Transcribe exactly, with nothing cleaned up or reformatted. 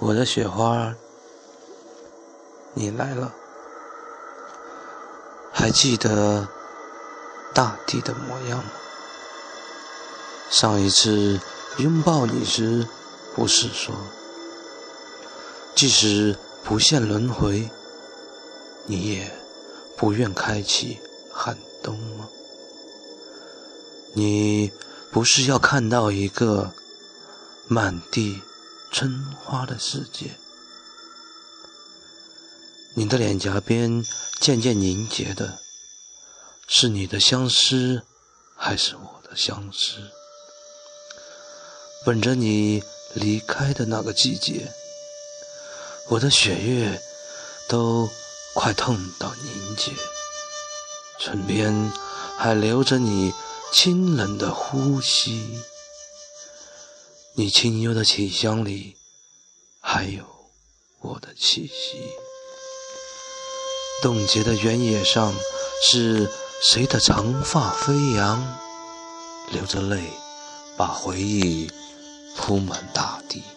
我的雪花，你来了。还记得大地的模样吗？上一次拥抱你时，不是说即使不限轮回，你也不愿开启寒冬吗？你不是要看到一个满地春花的世界？你的脸颊边渐渐凝结的，是你的相思，还是我的相思？吻着你离开的那个季节，我的血液都快痛到凝结，唇边还留着你清冷的呼吸，你清幽的气香里还有我的气息。冻结的原野上，是谁的长发飞扬，流着泪把回忆铺满大地。